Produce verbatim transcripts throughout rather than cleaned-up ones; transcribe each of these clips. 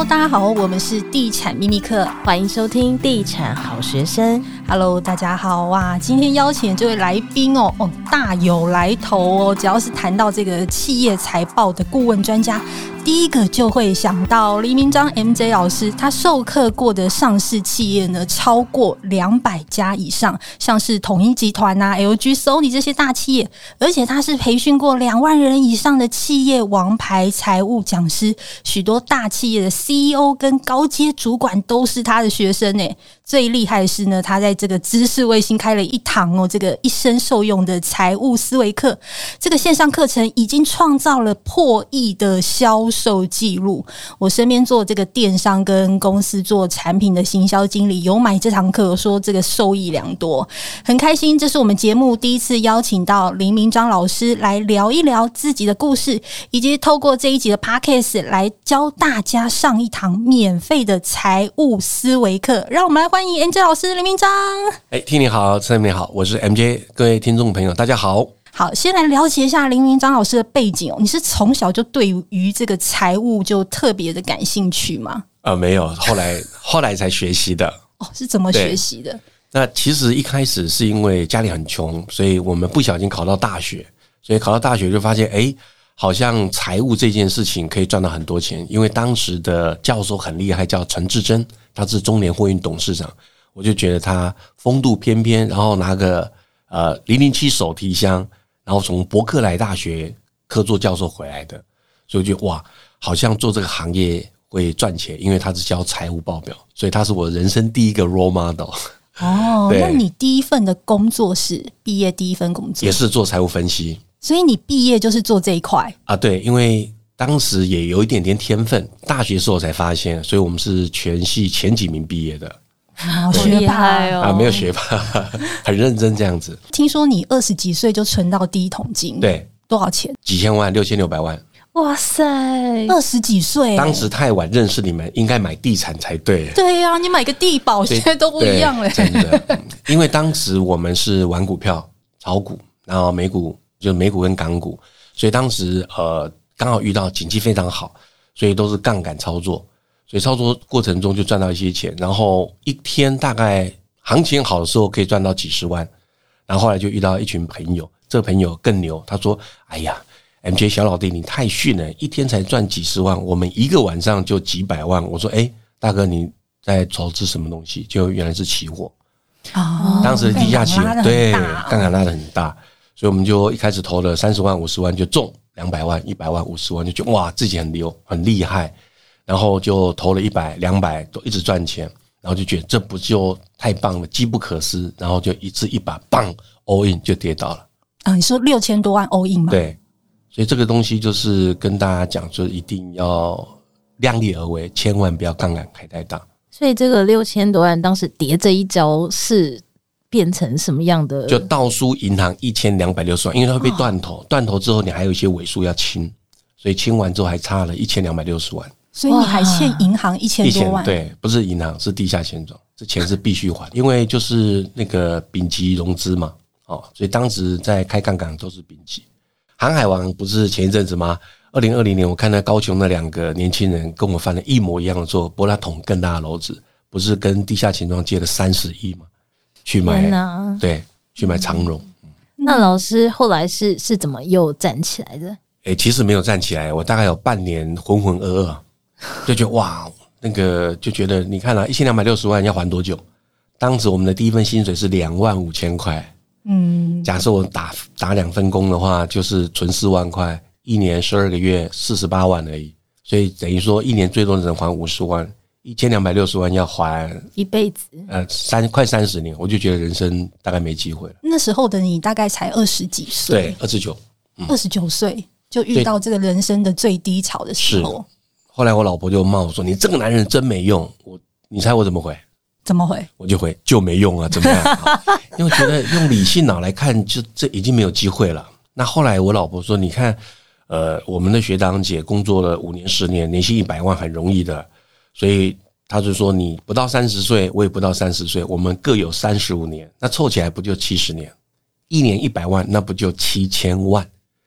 大家好，我们是地产秘密课， 欢迎收听地产好学生。 Hello， 大家好哇！今天邀请的这位来宾哦，哦，大有来头哦。只要是谈到这个企业财报的顾问专家，第一个就会想到黎明章 M J 老师。他授课过的上市企业呢，超过两百家以上，像是统一集团啊、L G、Sony 这些大企业，而且他是培训过两万人以上的企业王牌财务讲师，许多大企业的 C E O 跟高阶主管都是他的学生诶。最厉害的是呢，他在这个知识卫星开了一堂哦，这个一生受用的财务思维课。这个线上课程已经创造了破亿的销售记录。我身边做这个电商跟公司做产品的行销经理，有买这堂课，说这个受益良多，很开心。这是我们节目第一次邀请到黎明章老师来聊一聊自己的故事，以及透过这一集的 Podcast 来教大家上一堂免费的财务思维课。让我们来欢迎 M J 老师黎明章。 哎，听你好，陈明好，我是 M J， 各位听众朋友，大家好。 好，先来了解一下黎明章老师的背景哦。你是从小就对于这个财务就特别的感兴趣吗？ 呃，没有，后来后来才学习的。 哦，是怎么学习的？ 那其实一开始是因为家里很穷，所以我们不小心考到大学，所以考到大学就发现，哎，好像财务这件事情可以赚到很多钱。因为当时的教授很厉害，叫陈志珍，他是中联货运董事长，我就觉得他风度翩翩，然后拿个呃零零七手提箱，然后从伯克莱大学客座教授回来的，所以我觉得哇，好像做这个行业会赚钱，因为他是教财务报表，所以他是我人生第一个 role model。 哦，那你第一份的工作是毕业第一份工作也是做财务分析， 所以你毕业就是做这一块啊？对，因为当时也有一点点天分，大学时候才发现，所以我们是全系前几名毕业的。 好学霸哦啊，没有学霸，很认真这样子。 听说你二十几岁就存到第一桶金， 对， 多少钱？ 几千万，六千六百万。 哇塞， 二十几岁， 当时太晚认识你们，应该买地产才对。 对啊，你买个地保现在都不一样了， 真的。因为当时我们是玩股票、炒股，然后美股就美股跟港股，所以当时呃刚好遇到景气非常好，所以都是杠杆操作，所以操作过程中就赚到一些钱，然后一天大概行情好的时候可以赚到几十万，然后后来就遇到一群朋友，这个朋友更牛，他说：“哎呀。M J 小老弟，你太逊了，一天才赚几十万，我们一个晚上就几百万。”我说：“哎，大哥，你在投资什么东西？”就原来是期货。 哦， 当时的地下期货，对， 杠杠杆拉得很大，所以我们就一开始投了三十万、五十万就中，两百万、一百万、五十万就觉得哇，自己很牛，很厉害。然后就投了一百、两百，都一直赚钱，然后就觉得这不就太棒了，机不可失。然后就一次一把棒 all in 就跌倒了。 啊，你说六千多万 all in 吗？ 对。所以这个东西就是跟大家讲，就是一定要量力而为，千万不要杠杆开太大。 所以这个六千多万当时跌这一招是变成什么样的？ 就倒输银行一千两百六十万，因为它会被断头，断头之后你还有一些尾数要清，所以清完之后还差了一千两百六十万。 所以你还欠银行一千多万？ 对，不是银行，是地下钱庄，这钱是必须还，因为就是那个丙级融资嘛，哦，所以当时在开杠杆都是丙级。航海王不是前一阵子吗？二零二零年我看到高雄那两个年轻人跟我犯了一模一样的错，不过他捅更大的篓子，不是跟地下钱庄借了三十亿吗？去买，对，去买长荣。 那老师后来是是怎么又站起来的？ 欸，其实没有站起来，我大概有半年浑浑噩噩，就觉得哇，那个就觉得你看啊，一千两百六十万要还多久？当时我们的第一份薪水是两万五千块。嗯，假设我打打两份工的话，就是存四万块，一年十二个月四十八万而已，所以等于说一年最多只能还五十万，一千两百六十万要还一辈子， 呃，三快三十年，我就觉得人生大概没机会了。 那时候的你大概才二十几岁， 对，二十九， 二十九岁就遇到这个人生的最低潮的时候。 后来我老婆就骂我说：“你这个男人真没用。”我，你猜我怎么回？ 怎么回？ 我就回就没用啊，怎么样？因为我觉得用理性脑来看，就这已经没有机会了。那后来我老婆说：“你看，呃，我们的学长姐工作了五年、十年，年薪一百万很容易的，所以她就说你不到三十岁，我也不到三十岁，我们各有三十五年，那凑起来不就七十年？一年一百万，那不就七千万？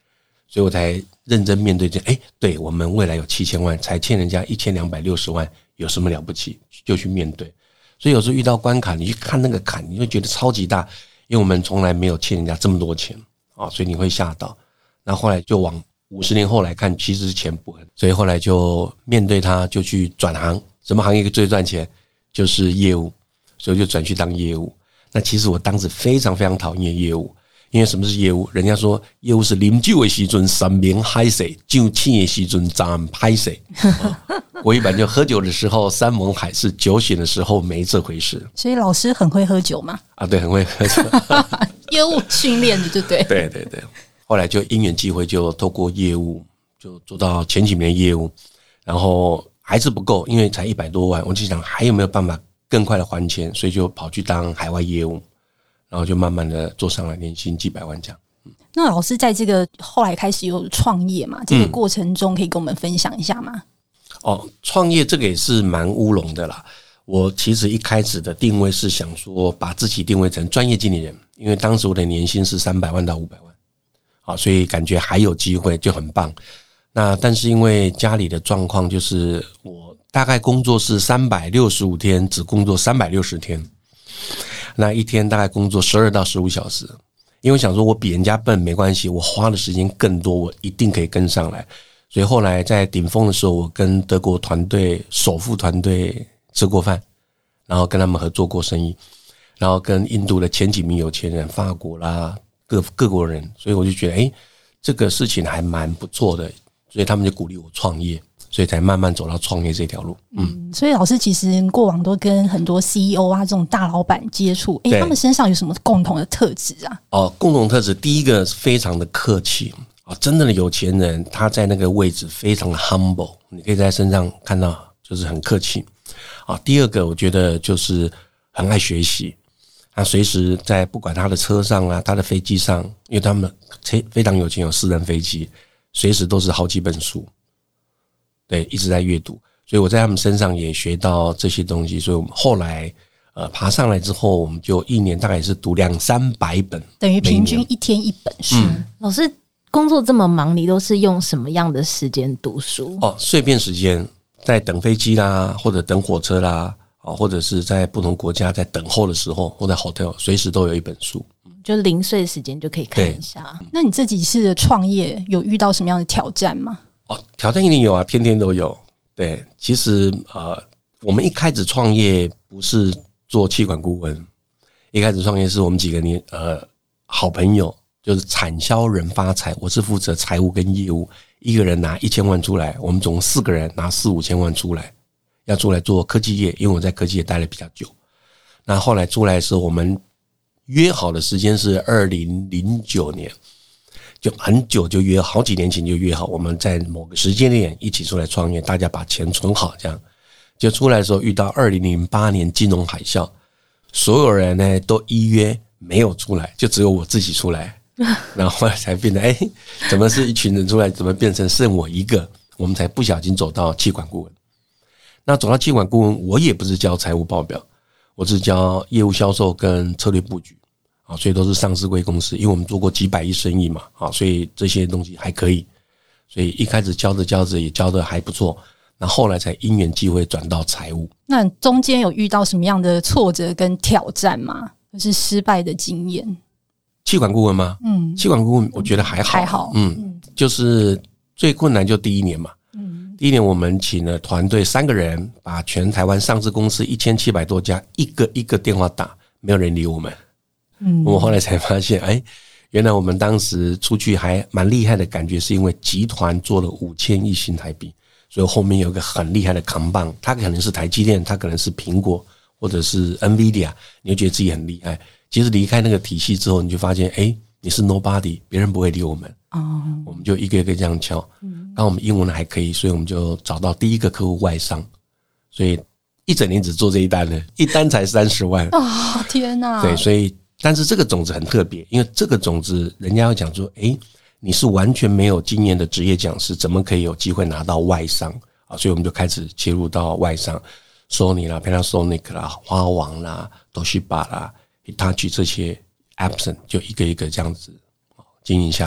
所以我才认真面对这，哎，对我们未来有七千万，才欠人家一千两百六十万，有什么了不起？就去面对。所以有时候遇到关卡，你去看那个坎，你会觉得超级大，因为我们从来没有欠人家这么多钱啊，所以你会吓到。那后来就往五十年后来看，其实是钱不很，所以后来就面对它，就去转行。什么行业最赚钱？就是业务，所以就转去当业务。那其实我当时非常非常讨厌业务，因为什么是业务？人家说业务是啉酒的时阵三明海水，酒醒的时阵三拍水。国语版就喝酒的时候山盟海誓，酒醒的时候没这回事。 所以老师很会喝酒嘛？ 啊，对，很会喝酒。 业务训练的，对不对？ 对对对。后来就因缘际会，就透过业务就做到前几年的业务，然后还是不够，因为才一百多万，我就想还有没有办法更快的还钱，所以就跑去当海外业务，然后就慢慢的做上来，年薪几百万这样。 那老师在这个后来开始有创业嘛？这个过程中可以跟我们分享一下吗？ 哦，创业这个也是蛮乌龙的啦。我其实一开始的定位是想说，把自己定位成专业经理人，因为当时我的年薪是三百万到五百万，好，所以感觉还有机会，就很棒。那但是因为家里的状况，就是我大概工作是三百六十五天，只工作三百六十天，那一天大概工作十二到十五小时。因为想说我比人家笨没关系，我花的时间更多，我一定可以跟上来。所以后来在顶峰的时候，我跟德国团队首富团队吃过饭，然后跟他们合作过生意，然后跟印度的前几名有钱人，法国啦各各国人，所以我就觉得诶这个事情还蛮不错的，所以他们就鼓励我创业，所以才慢慢走到创业这条路。嗯， 所以老师其实过往都跟很多 C E O 啊这种大老板接触，诶他们身上有什么共同的特质啊？ 哦，共同特质第一个非常的客气。真正的有钱人，他在那个位置非常的 humble， 你可以在身上看到就是很客气。第二个我觉得就是很爱学习，他随时在不管他的车上啊，他的飞机上，因为他们非常有钱，有私人飞机，随时都是好几本书，对，一直在阅读，所以我在他们身上也学到这些东西。所以我们后来呃爬上来之后，我们就一年大概也是读两三百本， 等于平均一天一本书。嗯、 老师工作这么忙，你都是用什么样的时间读书？ 哦，碎片时间，在等飞机啦，或者等火车啦，或者是在不同国家在等候的时候，或在 hotel 随时都有一本书， 就零碎时间就可以看一下。 那你这几次的创业有遇到什么样的挑战吗？ 哦，挑战一定有啊，天天都有。对，其实呃，我们一开始创业不是做企管顾问，一开始创业是我们几个年呃好朋友。就是产销人发财，我是负责财务跟业务，一个人拿一千万出来，我们总四个人拿四五千万出来，要出来做科技业，因为我在科技业待了比较久。那后来出来的时候，我们约好的时间是二零零九年，就很久就约好，好几年前就约好，我们在某个时间点一起出来创业，大家把钱存好，这样就出来的时候遇到二零零八年金融海啸，所有人呢都依约没有出来，就只有我自己出来。然后后来才变得哎，怎么是一群人出来，怎么变成剩我一个？我们才不小心走到企管顾问。那走到企管顾问，我也不是教财务报表，我是教业务销售跟策略布局啊，所以都是上市柜公司，因为我们做过几百亿生意嘛，啊，所以这些东西还可以。所以一开始教着教着也教得还不错，那后来才因缘际会转到财务。 那中间有遇到什么样的挫折跟挑战吗？就是失败的经验？ 企管顾问吗？嗯，企管顾问我觉得还好， 还好， 嗯，就是最困难就第一年嘛，嗯，第一年我们请了团队三个人，把全台湾上市公司一千七百多家，一个一个电话打，没有人理我们，嗯，我们后来才发现，哎，原来我们当时出去还蛮厉害的感觉，是因为集团做了五千亿新台币，所以后面有一个很厉害的扛棒，它可能是台积电，它可能是苹果，或者是 NVIDIA， 你就觉得自己很厉害。其实离开那个体系之后，你就发现，哎，你是 nobody， 别人不会理我们。哦，我们就一个一个这样敲。嗯，刚好我们英文还可以，所以我们就找到第一个客户外商，所以一整年只做这一单呢，一单才三十万。 哦，天哪！ 对，所以但是这个种子很特别，因为这个种子人家要讲说，哎，你是完全没有经验的职业讲师，怎么可以有机会拿到外商啊？所以我们就开始切入到外商 ，Sony 啦、Panasonic 啦、花王啦、Toshiba 啦。Hitachi 这些 Epson 就一个一个这样子经营下来。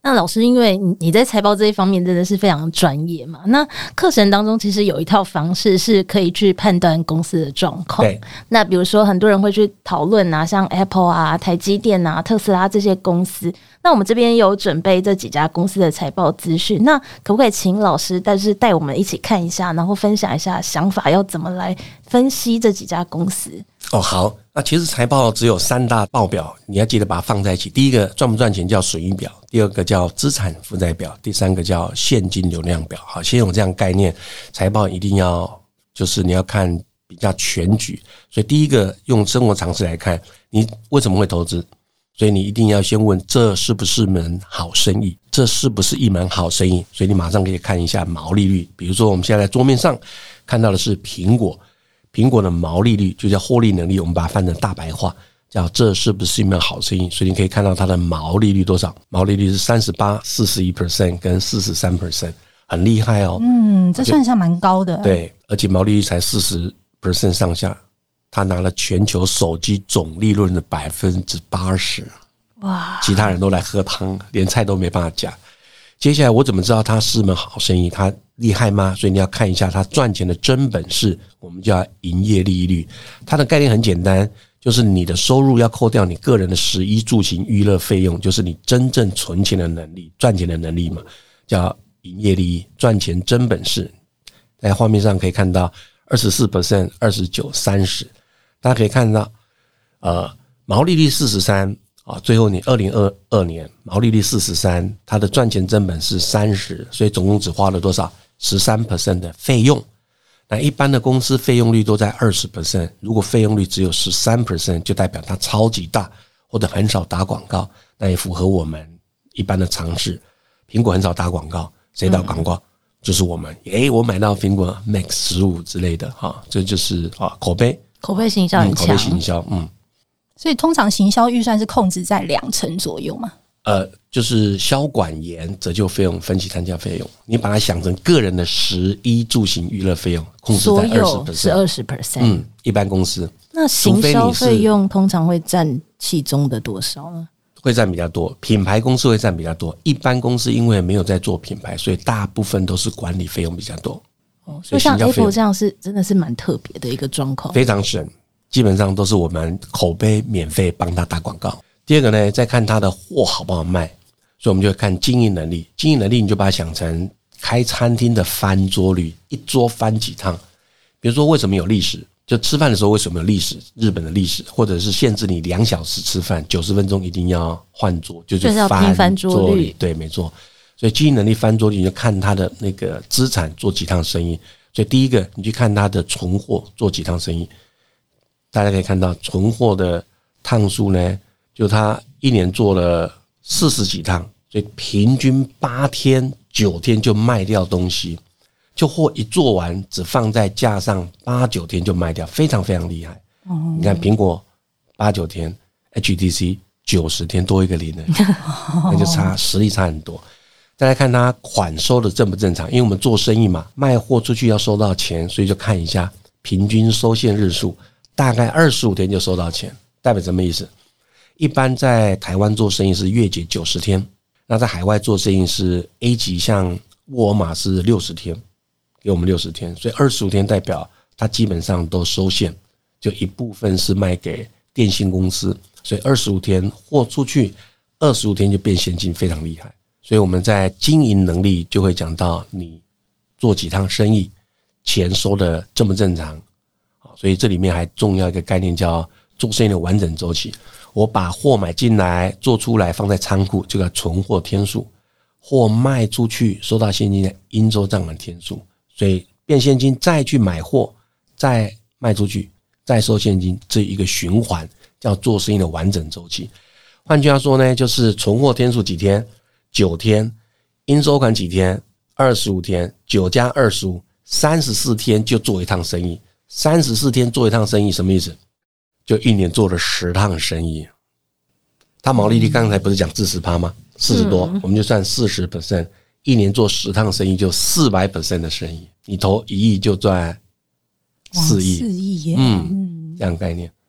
那老师，因为你在财报这一方面真的是非常专业嘛，那课程当中其实有一套方式是可以去判断公司的状况。 对， 那比如说很多人会去讨论啊，像 Apple 啊、台积电啊、特斯拉这些公司。那我们这边有准备这几家公司的财报资讯，那可不可以请老师但是带我们一起看一下，然后分享一下想法，要怎么来分析这几家公司？ 哦，好，那其实财报只有三大报表，你要记得把它放在一起。第一个赚不赚钱叫损益表，第二个叫资产负债表，第三个叫现金流量表。好，先有这样概念，财报一定要就是你要看比较全局。所以第一个用生活常识来看，你为什么会投资？所以你一定要先问，这是不是门好生意？这是不是一门好生意？所以你马上可以看一下毛利率。比如说我们现在在桌面上看到的是苹果。苹果的毛利率就叫获利能力，我们把它翻成大白话，叫这是不是一门好生意？所以你可以看到它的毛利率多少？毛利率是 三十八、四十一 percent 跟 百分之四十三， 很厉害哦。 嗯，这算上蛮高的。 对，而且毛利率才 百分之四十 上下，他拿了全球手机总利润的 百分之八十。哇！其他人都来喝汤，连菜都没办法夹。接下来我怎么知道它是门好生意？它厉害吗？所以你要看一下它赚钱的真本事，我们叫营业利率。它的概念很简单，就是你的收入要扣掉你个人的食衣住行娱乐费用，就是你真正存钱的能力、赚钱的能力嘛，叫营业利益，赚钱真本事。在画面上可以看到 百分之二十四、二十九、三十， 大家可以看到呃，毛利率四十三。啊，最后你二零二二年毛利率四十三，它的赚钱真本是三十，所以总共只花了多少 百分之十三 的费用。那一般的公司费用率都在 百分之二十， 如果费用率只有 百分之十三， 就代表它超级大，或者很少打广告，那也符合我们一般的常识。苹果很少打广告，谁打广告？嗯、就是我们。诶，我买到苹果 Max 十五之类的哈，这就是啊口碑， 口碑行销很强、 嗯，口碑行销，嗯。 所以通常行销预算是控制在两成左右嘛？ 呃，就是销管研折旧费用分期摊价费用，你把它想成个人的食衣住行娱乐费用，控制在 百分之二十， 是 百分之二十。 嗯，一般公司那行销费用通常会占其中的多少呢？ 会占比较多，品牌公司会占比较多，一般公司因为没有在做品牌，所以大部分都是管理费用比较多。 哦，所以像 Apple 这样是真的是蛮特别的一个状况， 非常省。基本上都是我们口碑免费帮他打广告。第二个呢，再看他的货好不好卖，所以我们就会看经营能力。经营能力你就把它想成开餐厅的翻桌率，一桌翻几趟。比如说为什么有历史，就吃饭的时候为什么有历史，日本的历史，或者是限制你两小时吃饭，九十分钟一定要换桌，就是翻桌率。对，没错。所以经营能力翻桌率，你就看他的那个资产做几趟生意。所以第一个你去看他的存货做几趟生意。大家可以看到存货的趟数呢，就他一年做了四十几趟，所以平均八天九天就卖掉东西，就货一做完只放在架上八九天就卖掉，非常非常厉害。嗯、你看苹果八九天 ，H T C 九十天多一个零的，那就差实力差很多。再来看它款收的正不正常，因为我们做生意嘛，卖货出去要收到钱，所以就看一下平均收现日数。大概二十五天就收到钱，代表什么意思？一般在台湾做生意是月结九十天，那在海外做生意是 A 级，像沃尔玛是六十天，给我们六十天，所以二十五天代表它基本上都收现，就一部分是卖给电信公司，所以二十五天货出去，二十五天就变现金，非常厉害。所以我们在经营能力就会讲到你做几趟生意，钱收的正不正常。所以这里面还重要一个概念叫做生意的完整周期。我把货买进来做出来放在仓库，这个存货天数，货卖出去收到现金的应收账款天数，所以变现金再去买货，再卖出去，再收现金，这一个循环叫做生意的完整周期。换句话说呢，就是存货天数几天？九天，应收款几天？二十五天，九加二十五，三十四天就做一趟生意。三十四天做一趟生意什么意思？就一年做了十趟生意。他毛利率刚才不是讲 百分之四十 吗？四十多，我们就算 百分之四十， 一年做十趟生意就 百分之四百 的生意，你投一亿就赚四亿。 四亿耶， 嗯，这样概念。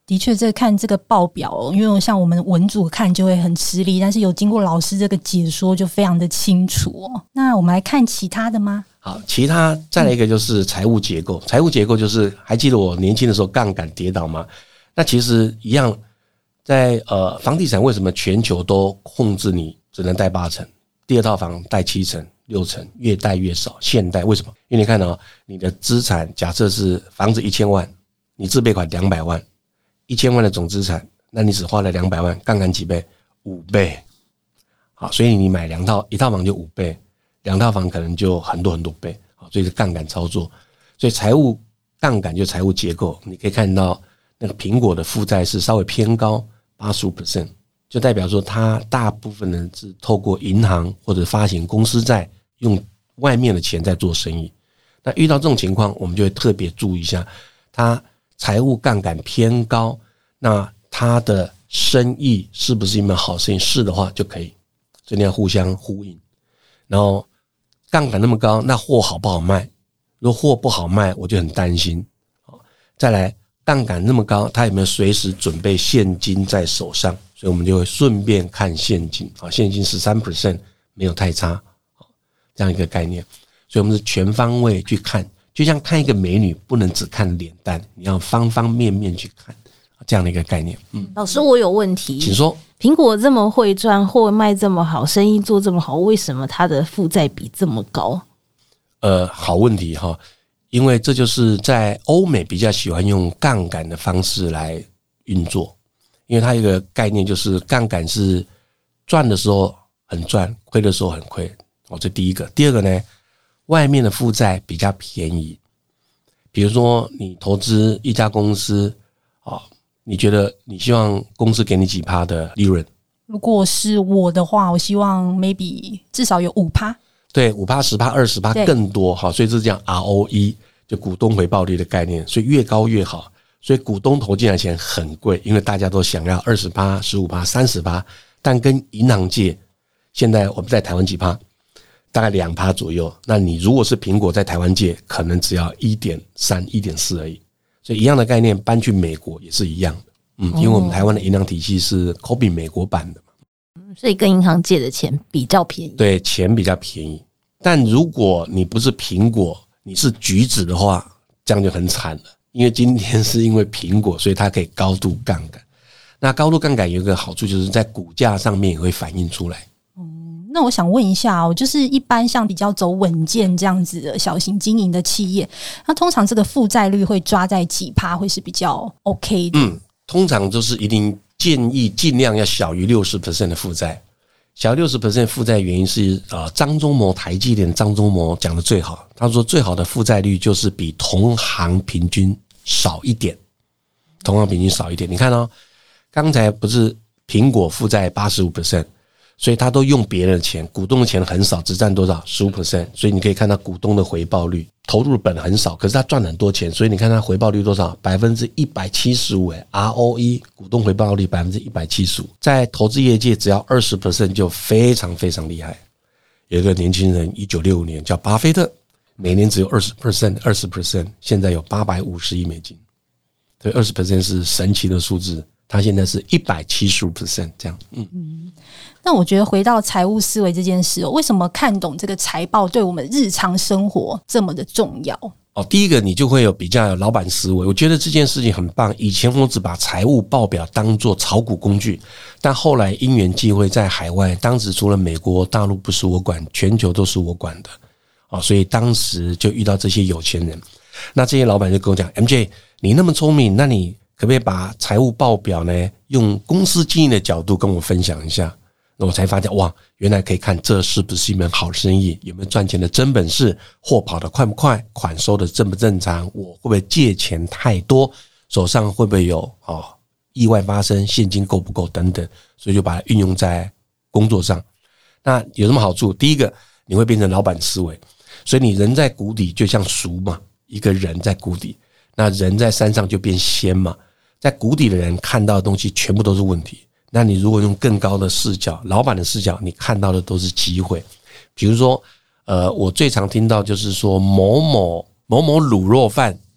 的确，这看这个报表、哦，因为像我们文组看就会很吃力，但是有经过老师这个解说，就非常的清楚哦。那我们来看其他的吗？ 好，其他再来一个就是财务结构。财务结构就是还记得我年轻的时候杠杆跌倒吗？那其实一样，在呃房地产为什么全球都控制你只能贷八成，第二套房贷七成、六成，越贷越少。现贷为什么？因为你看到、哦、你的资产假设是房子一千万，你自备款两百万。一千万的总资产，那你只花了两百万，杠杆几倍？五倍。好，所以你买两套，一套房就五倍，两套房可能就很多很多倍。好，所以是杠杆操作。所以财务杠杆就财务结构，你可以看到那个苹果的负债是稍微偏高 百分之八十五， 就代表说它大部分人是透过银行或者发行公司债，用外面的钱在做生意。那遇到这种情况，我们就会特别注意一下它财务杠杆偏高，那他的生意是不是一门好生意？是的话就可以，所以你要互相呼应。然后杠杆那么高，那货好不好卖？如果货不好卖，我就很担心。再来，杠杆那么高，他有没有随时准备现金在手上？所以我们就会顺便看现金，现金 百分之十三 没有太差，这样一个概念。所以我们是全方位去看。就像看一个美女，不能只看脸蛋，你要方方面面去看，这样的一个概念。嗯， 老师，我有问题， 请说。 苹果这么会赚，货卖这么好，生意做这么好，为什么它的负债比这么高？ 呃，好问题哈，因为这就是在欧美比较喜欢用杠杆的方式来运作，因为它有一个概念就是杠杆是赚的时候很赚，亏的时候很亏。哦，这第一个。第二个呢？外面的负债比较便宜，比如说你投资一家公司，你觉得你希望公司给你几趴的利润？ 如果是我的话，我希望 maybe 至少有 百分之五。 对， 百分之五、百分之二十、百分之十 更多，所以这是讲 R O E， 就股东回报率的概念，所以越高越好。所以股东投进来的钱很贵，因为大家都想要 百分之二十、百分之十五、百分之三十， 但跟银行借，现在我们在台湾几趴？大概 百分之二 左右，那你如果是苹果在台湾借，可能只要 百分之一点三、一点四 而已。所以一样的概念搬去美国也是一样的。嗯，因为我们台湾的银行体系是 copy 美国版的嘛， 所以跟银行借的钱比较便宜。 对，钱比较便宜。但如果你不是苹果，你是橘子的话，这样就很惨了。因为今天是因为苹果，所以它可以高度杠杆。那高度杠杆有一个好处，就是在股价上面也会反映出来。 那我想问一下哦，就是一般像比较走稳健这样子的小型经营的企业，那通常这个负债率会抓在几趴会是比较 OK 的？ 嗯，通常就是一定建议尽量要小于 百分之六十 的负债。小于 百分之六十 负债的原因是呃，张忠谋台积电张忠谋讲的最好，他说最好的负债率就是比同行平均少一点，同行平均少一点。你看哦，刚才不是苹果负债 百分之八十五，所以他都用别人的钱，股东的钱很少，只占多少 百分之十五， 所以你可以看到股东的回报率，投入的本很少，可是他赚很多钱，所以你看他回报率多少 百分之一百七十五 R O E 股东回报率 百分之一百七十五， 在投资业界只要 百分之二十 就非常非常厉害。有一个年轻人一九六五年叫巴菲特，每年只有 百分之二十 百分之二十， 现在有八百五十亿美金，所以 百分之二十 是神奇的数字，他现在是 百分之一百七十五 这样。嗯嗯，那我觉得回到财务思维这件事、哦、为什么看懂这个财报对我们日常生活这么的重要？ 哦，第一个你就会有比较有老板思维，我觉得这件事情很棒。以前我只把财务报表当作炒股工具，但后来因缘际会在海外，当时除了美国大陆不是我管，全球都是我管的、哦、所以当时就遇到这些有钱人，那这些老板就跟我讲 M J 你那么聪明，那你可不可以把财务报表呢用公司经营的角度跟我分享一下？那我才发现哇，原来可以看这是不是一门好生意，有没有赚钱的真本事，货跑得快不快，款收的正不正常，我会不会借钱太多，手上会不会有、哦、意外发生，现金够不够等等，所以就把它运用在工作上。那有什么好处？第一个，你会变成老板思维，所以你人在谷底就像熟嘛，一个人在谷底，那人在山上就变仙嘛，在谷底的人看到的东西全部都是问题，那你如果用更高的视角，老板的视角，你看到的都是机会。比如说呃，我最常听到就是说某某某某卤肉饭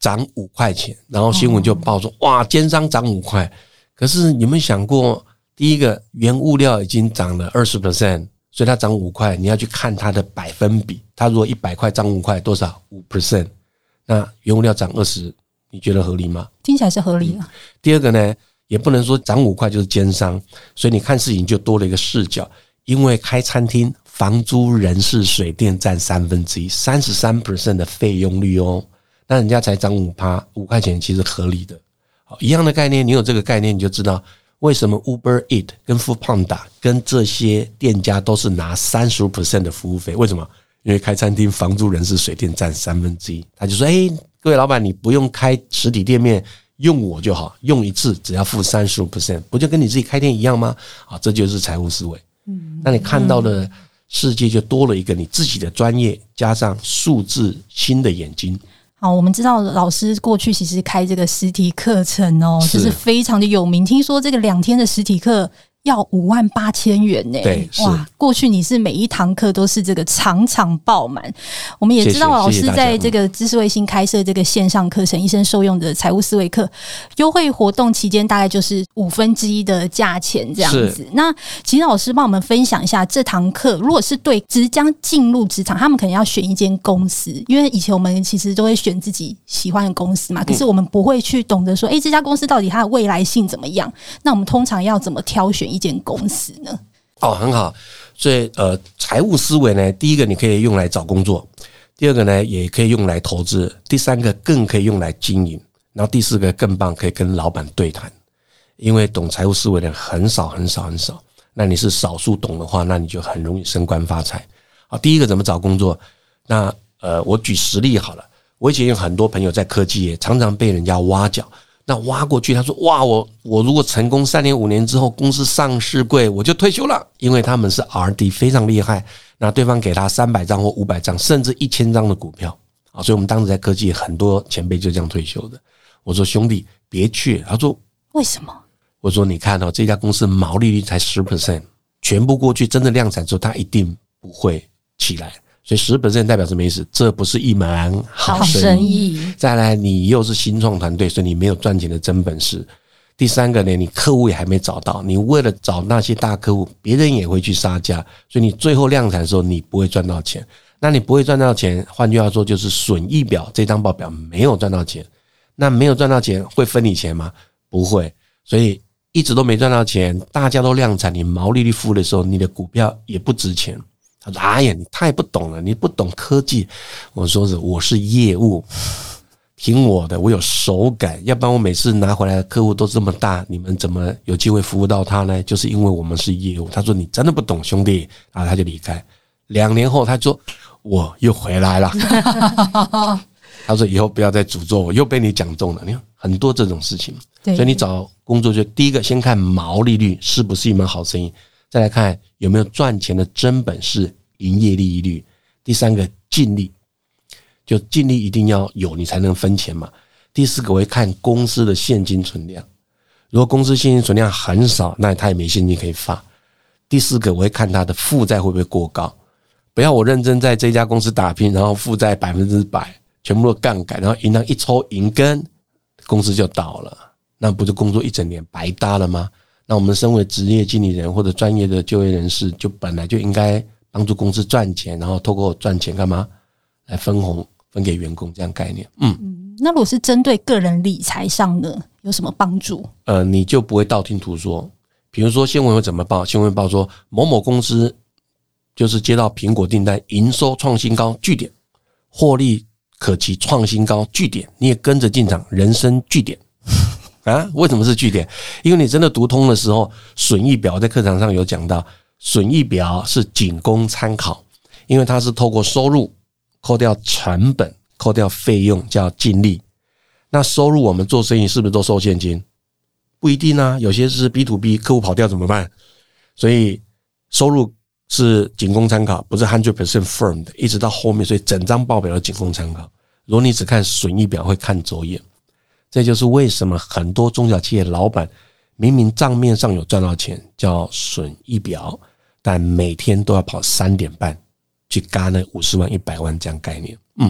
涨五块钱，然后新闻就报说哇，奸商涨五块。可是你们想过，第一个原物料已经涨了 百分之二十， 所以它涨五块，你要去看它的百分比，它如果一百块涨五块，多少 百分之五， 那原物料涨二十，你觉得合理吗？ 听起来是合理的。嗯、 第二个呢，也不能说涨五块就是奸商，所以你看事情就多了一个视角，因为开餐厅房租、人事、水电占三分之一， 百分之三十三 的费用率哦，那人家才涨 百分之五， 五块钱其实合理的。一样的概念，你有这个概念你就知道为什么 Uber Eat 跟 Foodpanda 跟这些店家都是拿 百分之三十五 的服务费，为什么？因为开餐厅房租、人事、水电占三分之一，他就说诶、欸、各位老板，你不用开实体店面，用我就好，用一次只要付 百分之三十五， 不就跟你自己开店一样吗？啊，这就是财务思维。嗯，那你看到的世界就多了一个你自己的专业，加上数字新的眼睛。 好，我们知道老师过去其实开这个实体课程哦，就是非常的有名。听说这个两天的实体课要五万八千元呢， 对， 哇！过去你是每一堂课都是这个场场爆满。我们也知道老师在这个知识卫星开设这个线上课程，一生受用的财务思维课，优惠活动期间大概就是五分之一的价钱这样子。那请老师帮我们分享一下这堂课，如果是对即将进入职场，他们可能要选一间公司，因为以前我们其实都会选自己喜欢的公司嘛，可是我们不会去懂得说，哎、欸，这家公司到底它的未来性怎么样？那我们通常要怎么挑选一间公司呢？ 哦，很好。所以呃，财务思维呢，第一个你可以用来找工作，第二个呢也可以用来投资，第三个更可以用来经营，然后第四个更棒，可以跟老板对谈。因为懂财务思维的人很少很少很少，那你是少数懂的话，那你就很容易升官发财。好，第一个怎么找工作？那呃，我举实例好了。我以前有很多朋友在科技业，常常被人家挖角。那挖过去，他说：“哇，我我如果成功三年五年之后，公司上市柜，我就退休了。”因为他们是 R and D 非常厉害，那对方给他三百张或五百张，甚至一千张的股票啊，所以我们当时在科技很多前辈就这样退休的。我说：“兄弟，别去。”他说：“ 为什么？” 我说：“你看哦，这家公司毛利率才 百分之十， 全部过去真的量产之后，它一定不会起来。”所以 百分之十 代表什么意思？这不是一门好生意。再来，你又是新创团队，所以你没有赚钱的真本事。第三个呢，你客户也还没找到，你为了找那些大客户，别人也会去杀价，所以你最后量产的时候，你不会赚到钱。那你不会赚到钱，换句话说就是损益表这张报表没有赚到钱。那没有赚到钱会分你钱吗？不会。所以一直都没赚到钱，大家都量产，你毛利率负的时候，你的股票也不值钱。他说：“哎呀，你太不懂了，你不懂科技。”我说是我是业务，听我的，我有手感，要不然我每次拿回来的客户都这么大，你们怎么有机会服务到他呢？就是因为我们是业务。他说：“你真的不懂，兄弟。”然后他就离开。两年后，他说：“我又回来了。”他说：“以后不要再诅咒我，又被你讲中了。”你看很多这种事情，所以你找工作就第一个先看毛利率是不是一门好生意。再来看有没有赚钱的真本事，营业利益率。第三个净利，就净利一定要有，你才能分钱嘛。第四个我会看公司的现金存量，如果公司现金存量很少，那他也没现金可以发。第四个我会看他的负债会不会过高，不要我认真在这家公司打拼，然后负债百分之百，全部都杠杆，然后银行一抽银根，公司就倒了，那不是工作一整年白搭了吗？那我们身为职业经理人或者专业的就业人士，就本来就应该帮助公司赚钱，然后透过赚钱干嘛来分红分给员工，这样概念。嗯， 嗯那如果是针对个人理财上呢，有什么帮助？ 呃，你就不会道听途说。比如说新闻会怎么报？新闻报说某某公司就是接到苹果订单，营收创新高，据点，获利可期创新高，据点，你也跟着进场，人生据点。啊，为什么是据点？因为你真的读通的时候，损益表在课堂上有讲到，损益表是仅供参考，因为它是透过收入扣掉成本，扣掉费用叫净利。那收入我们做生意是不是都收现金？不一定啊，有些是 B to B， 客户跑掉怎么办？所以收入是仅供参考，不是 百分之百 firm 的，一直到后面，所以整张报表都仅供参考。如果你只看损益表，会看走眼。这就是为什么很多中小企业老板明明账面上有赚到钱，叫损益表，但每天都要跑三点半去嘎那五十万、一百万这样概念。嗯。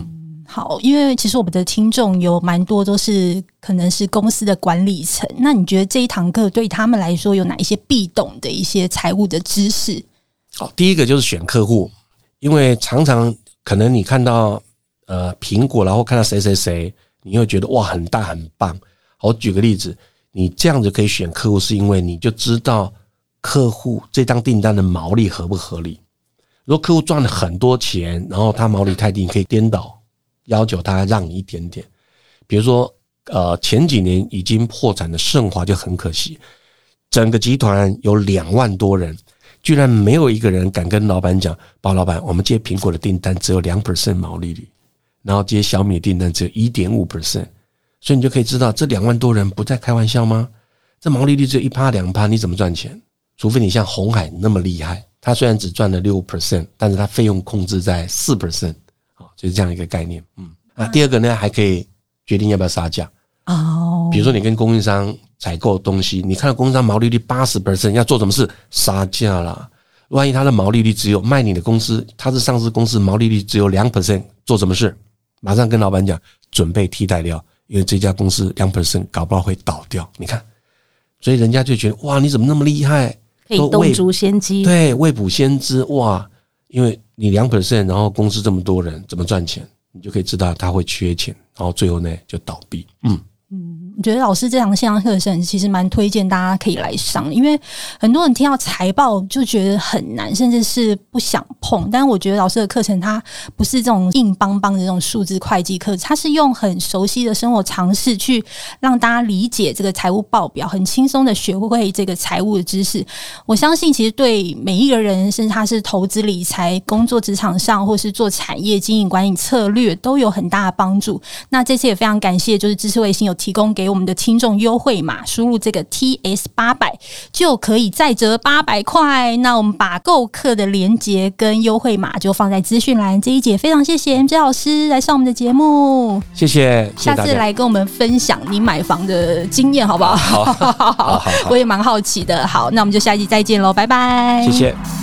好，因为其实我们的听众有蛮多都是可能是公司的管理层，那你觉得这一堂课对他们来说有哪一些必懂的一些财务的知识？ 好，第一个就是选客户，因为常常可能你看到呃苹果，然后看到谁谁谁，你会觉得哇很大很棒。好，我举个例子，你这样子可以选客户，是因为你就知道客户这张订单的毛利合不合理。如果客户赚了很多钱，然后他毛利太低，你可以颠倒要求他让你一点点。比如说呃前几年已经破产的盛华就很可惜，整个集团有两万多人，居然没有一个人敢跟老板讲，包老板我们接苹果的订单只有 百分之二 毛利率，然后接小米的订单只有 百分之一点五， 所以你就可以知道这两万多人不在开玩笑吗？这毛利率只有 百分之一 百分之二 你怎么赚钱？除非你像鸿海那么厉害，他虽然只赚了 百分之六， 但是他费用控制在 百分之四， 就是这样一个概念。嗯，啊，第二个呢，还可以决定要不要杀价。哦，比如说你跟供应商采购东西，你看到供应商毛利率 百分之八十， 要做什么事？杀价啦。万一他的毛利率只有卖你的公司，他是上市公司，毛利率只有 百分之二， 做什么事？马上跟老板讲，准备替代料，因为这家公司 百分之二 搞不好会倒掉。你看，所以人家就觉得哇，你怎么那么厉害？ 可以洞烛先机。 对，未卜先知。哇，因为你 百分之二， 然后公司这么多人怎么赚钱，你就可以知道他会缺钱，然后最后呢就倒闭。嗯嗯，我觉得老师这堂线上课程其实蛮推荐大家可以来上，因为很多人听到财报就觉得很难，甚至是不想碰。但是我觉得老师的课程它不是这种硬邦邦的这种数字会计课，它是用很熟悉的生活常识去让大家理解这个财务报表，很轻松的学会这个财务的知识。我相信其实对每一个人，甚至他是投资理财、工作职场上，或是做产业经营管理策略，都有很大的帮助。那这次也非常感谢，就是知识卫星有提供给我们的听众优惠码，输入这个 T S 八百 就可以再折八百块。那我们把购课的连结跟优惠码就放在资讯栏。这一节非常谢谢 M J 老师来上我们的节目， 谢谢， 下次来跟我们分享你买房的经验好不好？ 好，好，好，好， 我也蛮好奇的。好，那我们就下一集再见喽，拜拜， 谢谢。